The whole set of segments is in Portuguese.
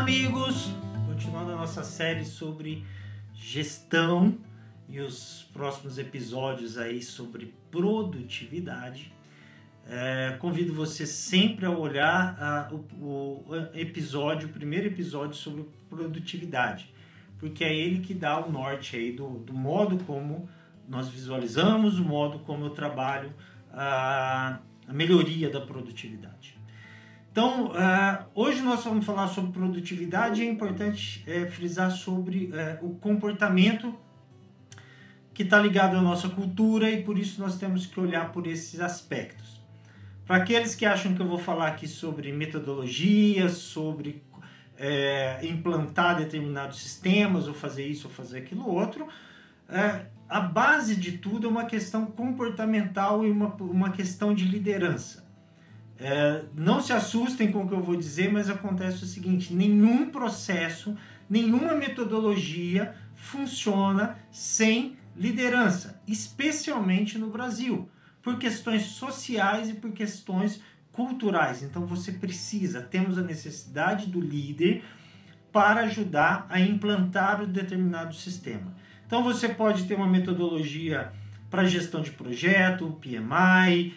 amigos! Continuando a nossa série sobre gestão e os próximos episódios aí sobre produtividade. Convido você sempre a olhar o primeiro episódio sobre produtividade, porque é ele que dá o norte aí do modo como nós visualizamos, o modo como eu trabalho a melhoria da produtividade. Então, hoje nós vamos falar sobre produtividade e é importante frisar sobre o comportamento que está ligado à nossa cultura e por isso nós temos que olhar por esses aspectos. Para aqueles que acham que eu vou falar aqui sobre metodologias, sobre implantar determinados sistemas, ou fazer isso ou fazer aquilo outro, a base de tudo é uma questão comportamental e uma questão de liderança. Não se assustem com o que eu vou dizer, mas acontece o seguinte: nenhum processo, nenhuma metodologia funciona sem liderança, especialmente no Brasil, por questões sociais e por questões culturais. Então temos a necessidade do líder para ajudar a implantar um determinado sistema. Então você pode ter uma metodologia para gestão de projeto, PMI,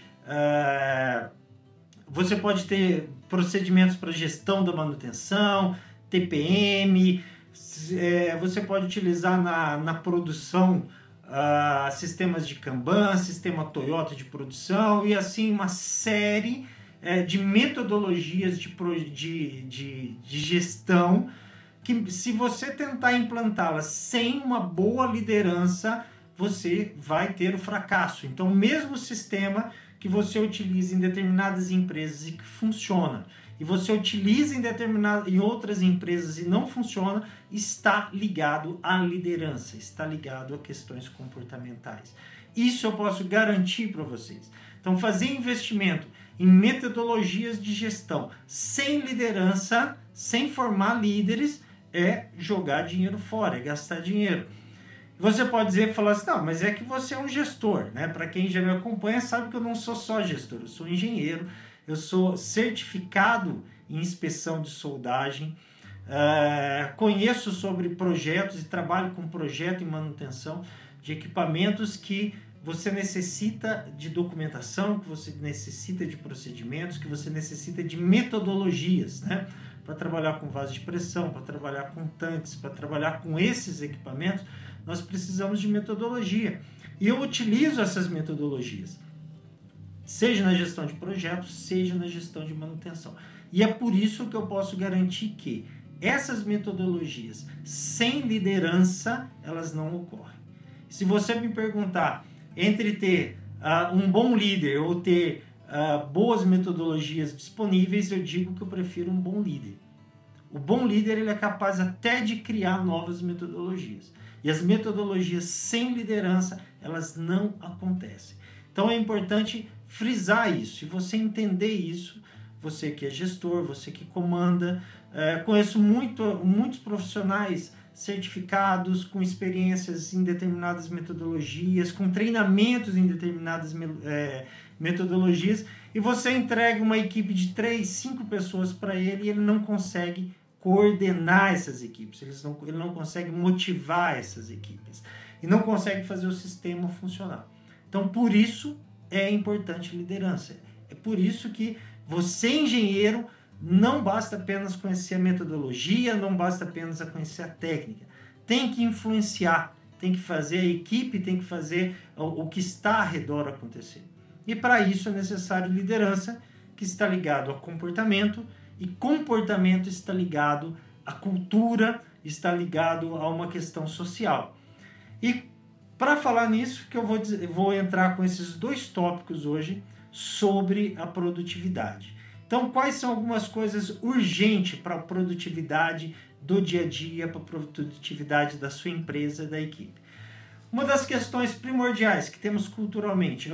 você pode ter procedimentos para gestão da manutenção, TPM, você pode utilizar na produção sistemas de Kanban, sistema Toyota de produção e assim uma série de metodologias de gestão que, se você tentar implantá-las sem uma boa liderança, você vai ter o fracasso. Então, o mesmo sistema que você utiliza em determinadas empresas e que funciona, e você utiliza em outras empresas e não funciona, está ligado à liderança, está ligado a questões comportamentais. Isso eu posso garantir para vocês. Então, fazer investimento em metodologias de gestão sem liderança, sem formar líderes, é jogar dinheiro fora, é gastar dinheiro. Você pode falar assim, não, mas é que você é um gestor, né? Para quem já me acompanha sabe que eu não sou só gestor, eu sou engenheiro, eu sou certificado em inspeção de soldagem, conheço sobre projetos e trabalho com projeto e manutenção de equipamentos que você necessita de documentação, que você necessita de procedimentos, que você necessita de metodologias, né? Para trabalhar com vasos de pressão, para trabalhar com tanques, para trabalhar com esses equipamentos, nós precisamos de metodologia. E eu utilizo essas metodologias, seja na gestão de projetos, seja na gestão de manutenção. E é por isso que eu posso garantir que essas metodologias, sem liderança, elas não ocorrem. Se você me perguntar entre ter um bom líder ou ter boas metodologias disponíveis, eu digo que eu prefiro um bom líder. O bom líder ele é capaz até de criar novas metodologias. E as metodologias sem liderança, elas não acontecem. Então é importante frisar isso. E você entender isso, você que é gestor, você que comanda, conheço muitos profissionais certificados, com experiências em determinadas metodologias, com treinamentos em determinadas metodologias, e você entrega uma equipe de 3, 5 pessoas para ele e ele não consegue coordenar essas equipes, ele não consegue motivar essas equipes e não consegue fazer o sistema funcionar. Então, por isso é importante liderança. É por isso que você, engenheiro, não basta apenas conhecer a metodologia, não basta apenas conhecer a técnica. Tem que influenciar, tem que fazer a equipe, tem que fazer o que está ao redor acontecer. E para isso é necessário liderança, que está ligado ao comportamento, e comportamento está ligado à cultura, está ligado a uma questão social. E para falar nisso, que eu vou entrar com esses 2 tópicos hoje sobre a produtividade. Então, quais são algumas coisas urgentes para a produtividade do dia a dia, para a produtividade da sua empresa, da equipe? Uma das questões primordiais que temos culturalmente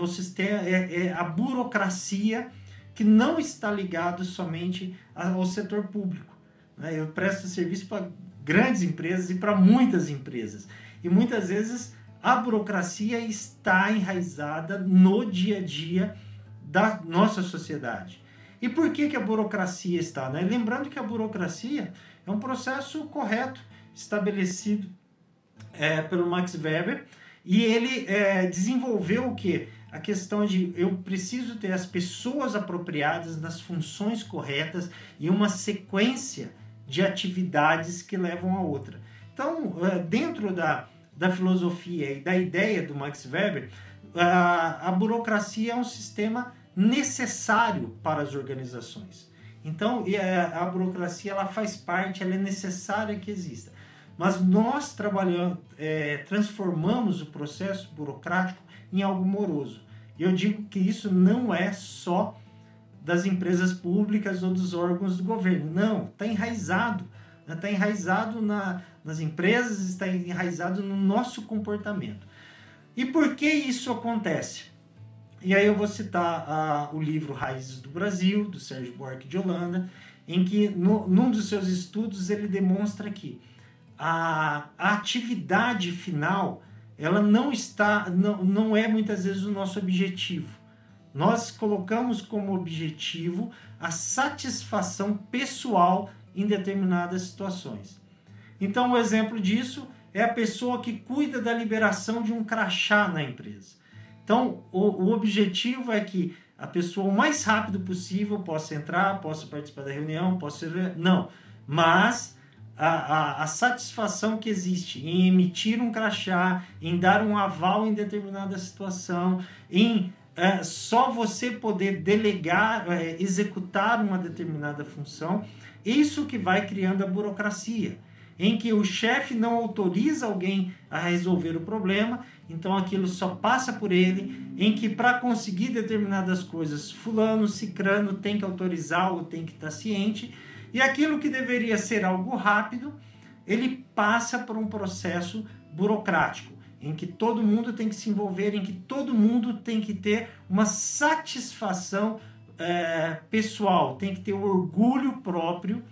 é a burocracia, que não está ligado somente ao setor público. Eu presto serviço para grandes empresas e para muitas empresas. E muitas vezes a burocracia está enraizada no dia a dia da nossa sociedade. E por que a burocracia está? Lembrando que a burocracia É um processo correto, estabelecido pelo Max Weber, e ele desenvolveu o quê? A questão de eu preciso ter as pessoas apropriadas nas funções corretas e uma sequência de atividades que levam a outra. Então, dentro da filosofia e da ideia do Max Weber, a burocracia é um sistema necessário para as organizações. Então, a burocracia ela faz parte, ela é necessária que exista. Mas nós transformamos o processo burocrático em algo moroso. E eu digo que isso não é só das empresas públicas ou dos órgãos do governo. Não, está enraizado. Está enraizado nas empresas, está enraizado no nosso comportamento. E por que isso acontece? E aí eu vou citar o livro Raízes do Brasil, do Sérgio Buarque de Holanda, em que, num dos seus estudos, ele demonstra que a atividade final ela não é muitas vezes o nosso objetivo. Nós colocamos como objetivo a satisfação pessoal em determinadas situações. Então, um exemplo disso é a pessoa que cuida da liberação de um crachá na empresa. Então, o objetivo é que a pessoa o mais rápido possível possa entrar, possa participar da reunião, mas a satisfação que existe em emitir um crachá, em dar um aval em determinada situação, em só você poder delegar, executar uma determinada função, isso que vai criando a burocracia, em que o chefe não autoriza alguém a resolver o problema, então aquilo só passa por ele, em que para conseguir determinadas coisas, fulano, cicrano tem que autorizar ou tem que estar ciente, e aquilo que deveria ser algo rápido, ele passa por um processo burocrático, em que todo mundo tem que se envolver, em que todo mundo tem que ter uma satisfação pessoal, tem que ter o orgulho próprio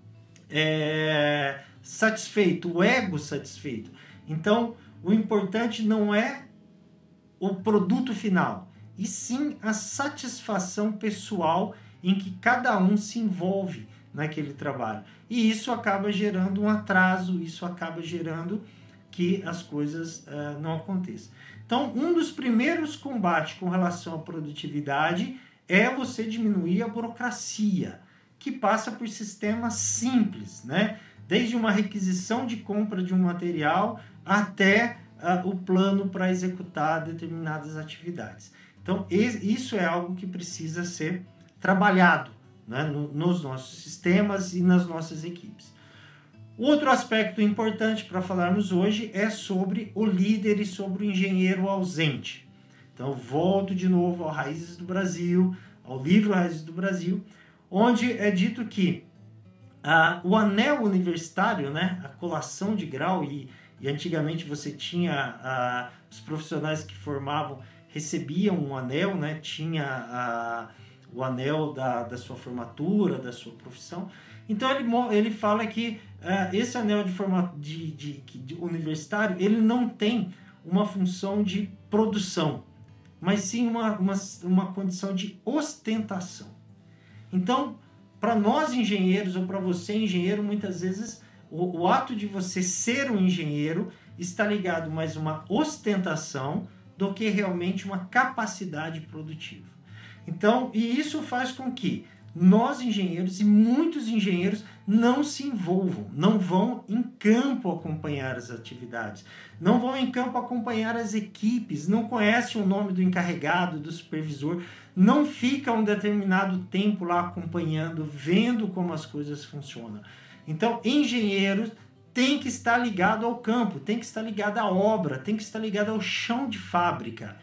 satisfeito, o ego satisfeito. Então, o importante não é o produto final, e sim a satisfação pessoal em que cada um se envolve naquele trabalho. E isso acaba gerando um atraso, isso acaba gerando que as coisas não aconteçam. Então, um dos primeiros combates com relação à produtividade é você diminuir a burocracia, que passa por sistemas simples, né? Desde uma requisição de compra de um material até o plano para executar determinadas atividades. Então, isso é algo que precisa ser trabalhado, né, nos nossos sistemas e nas nossas equipes. Outro aspecto importante para falarmos hoje é sobre o líder e sobre o engenheiro ausente. Então, volto de novo ao Raízes do Brasil, ao livro Raízes do Brasil, onde é dito que o anel universitário, né, a colação de grau, e antigamente você tinha os profissionais que formavam, recebiam um anel, né, tinha o anel da sua formatura, da sua profissão. Então ele fala que esse anel de universitário, ele não tem uma função de produção, mas sim uma condição de ostentação. Então, para nós engenheiros, ou para você engenheiro, muitas vezes o ato de você ser um engenheiro está ligado mais a uma ostentação do que realmente uma capacidade produtiva. Então, e isso faz com que nós engenheiros e muitos engenheiros não se envolvam, não vão em campo acompanhar as atividades, não vão em campo acompanhar as equipes, não conhecem o nome do encarregado, do supervisor, não ficam um determinado tempo lá acompanhando, vendo como as coisas funcionam. Então, engenheiros têm que estar ligado ao campo, tem que estar ligado à obra, tem que estar ligado ao chão de fábrica.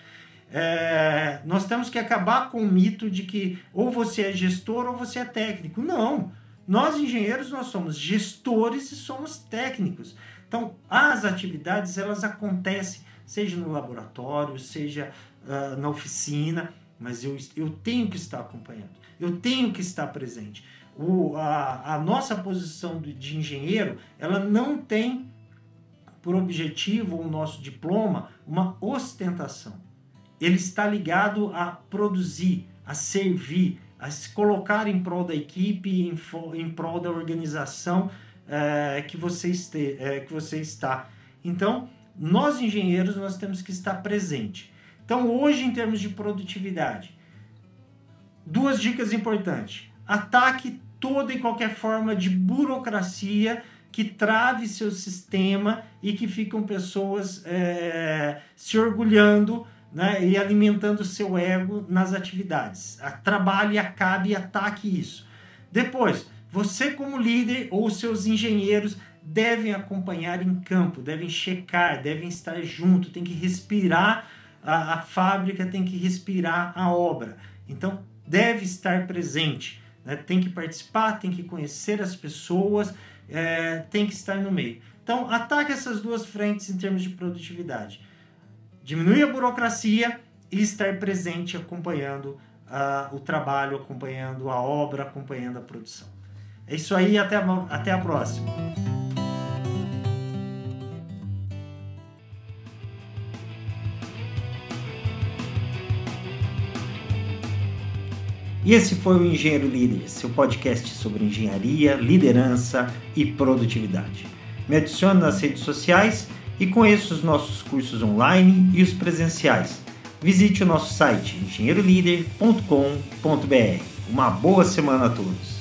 Nós temos que acabar com o mito de que ou você é gestor ou você é técnico. Não, nós engenheiros nós somos gestores e somos técnicos. Então as atividades elas acontecem, seja no laboratório, seja na oficina, mas eu tenho que estar acompanhando, eu tenho que estar presente. A nossa posição de engenheiro, ela não tem por objetivo o nosso diploma uma ostentação. Ele está ligado a produzir, a servir, a se colocar em prol da equipe, em prol da organização, que você está. Então, nós engenheiros, nós temos que estar presente. Então, hoje, em termos de produtividade, 2 dicas importantes. Ataque toda e qualquer forma de burocracia que trave seu sistema e que ficam pessoas se orgulhando, né, e alimentando seu ego nas atividades. Trabalhe, acabe e ataque isso. Depois, você como líder ou seus engenheiros devem acompanhar em campo, devem checar, devem estar junto, tem que respirar a fábrica, tem que respirar a obra. Então, deve estar presente, né? Tem que participar, tem que conhecer as pessoas, tem que estar no meio. Então, ataque essas 2 frentes em termos de produtividade. Diminuir a burocracia e estar presente acompanhando o trabalho, acompanhando a obra, acompanhando a produção. É isso aí, até a próxima. E esse foi o Engenheiro Líder, seu podcast sobre engenharia, liderança e produtividade. Me adicione nas redes sociais e conheça os nossos cursos online e os presenciais. Visite o nosso site engenheirolíder.com.br. Uma boa semana a todos!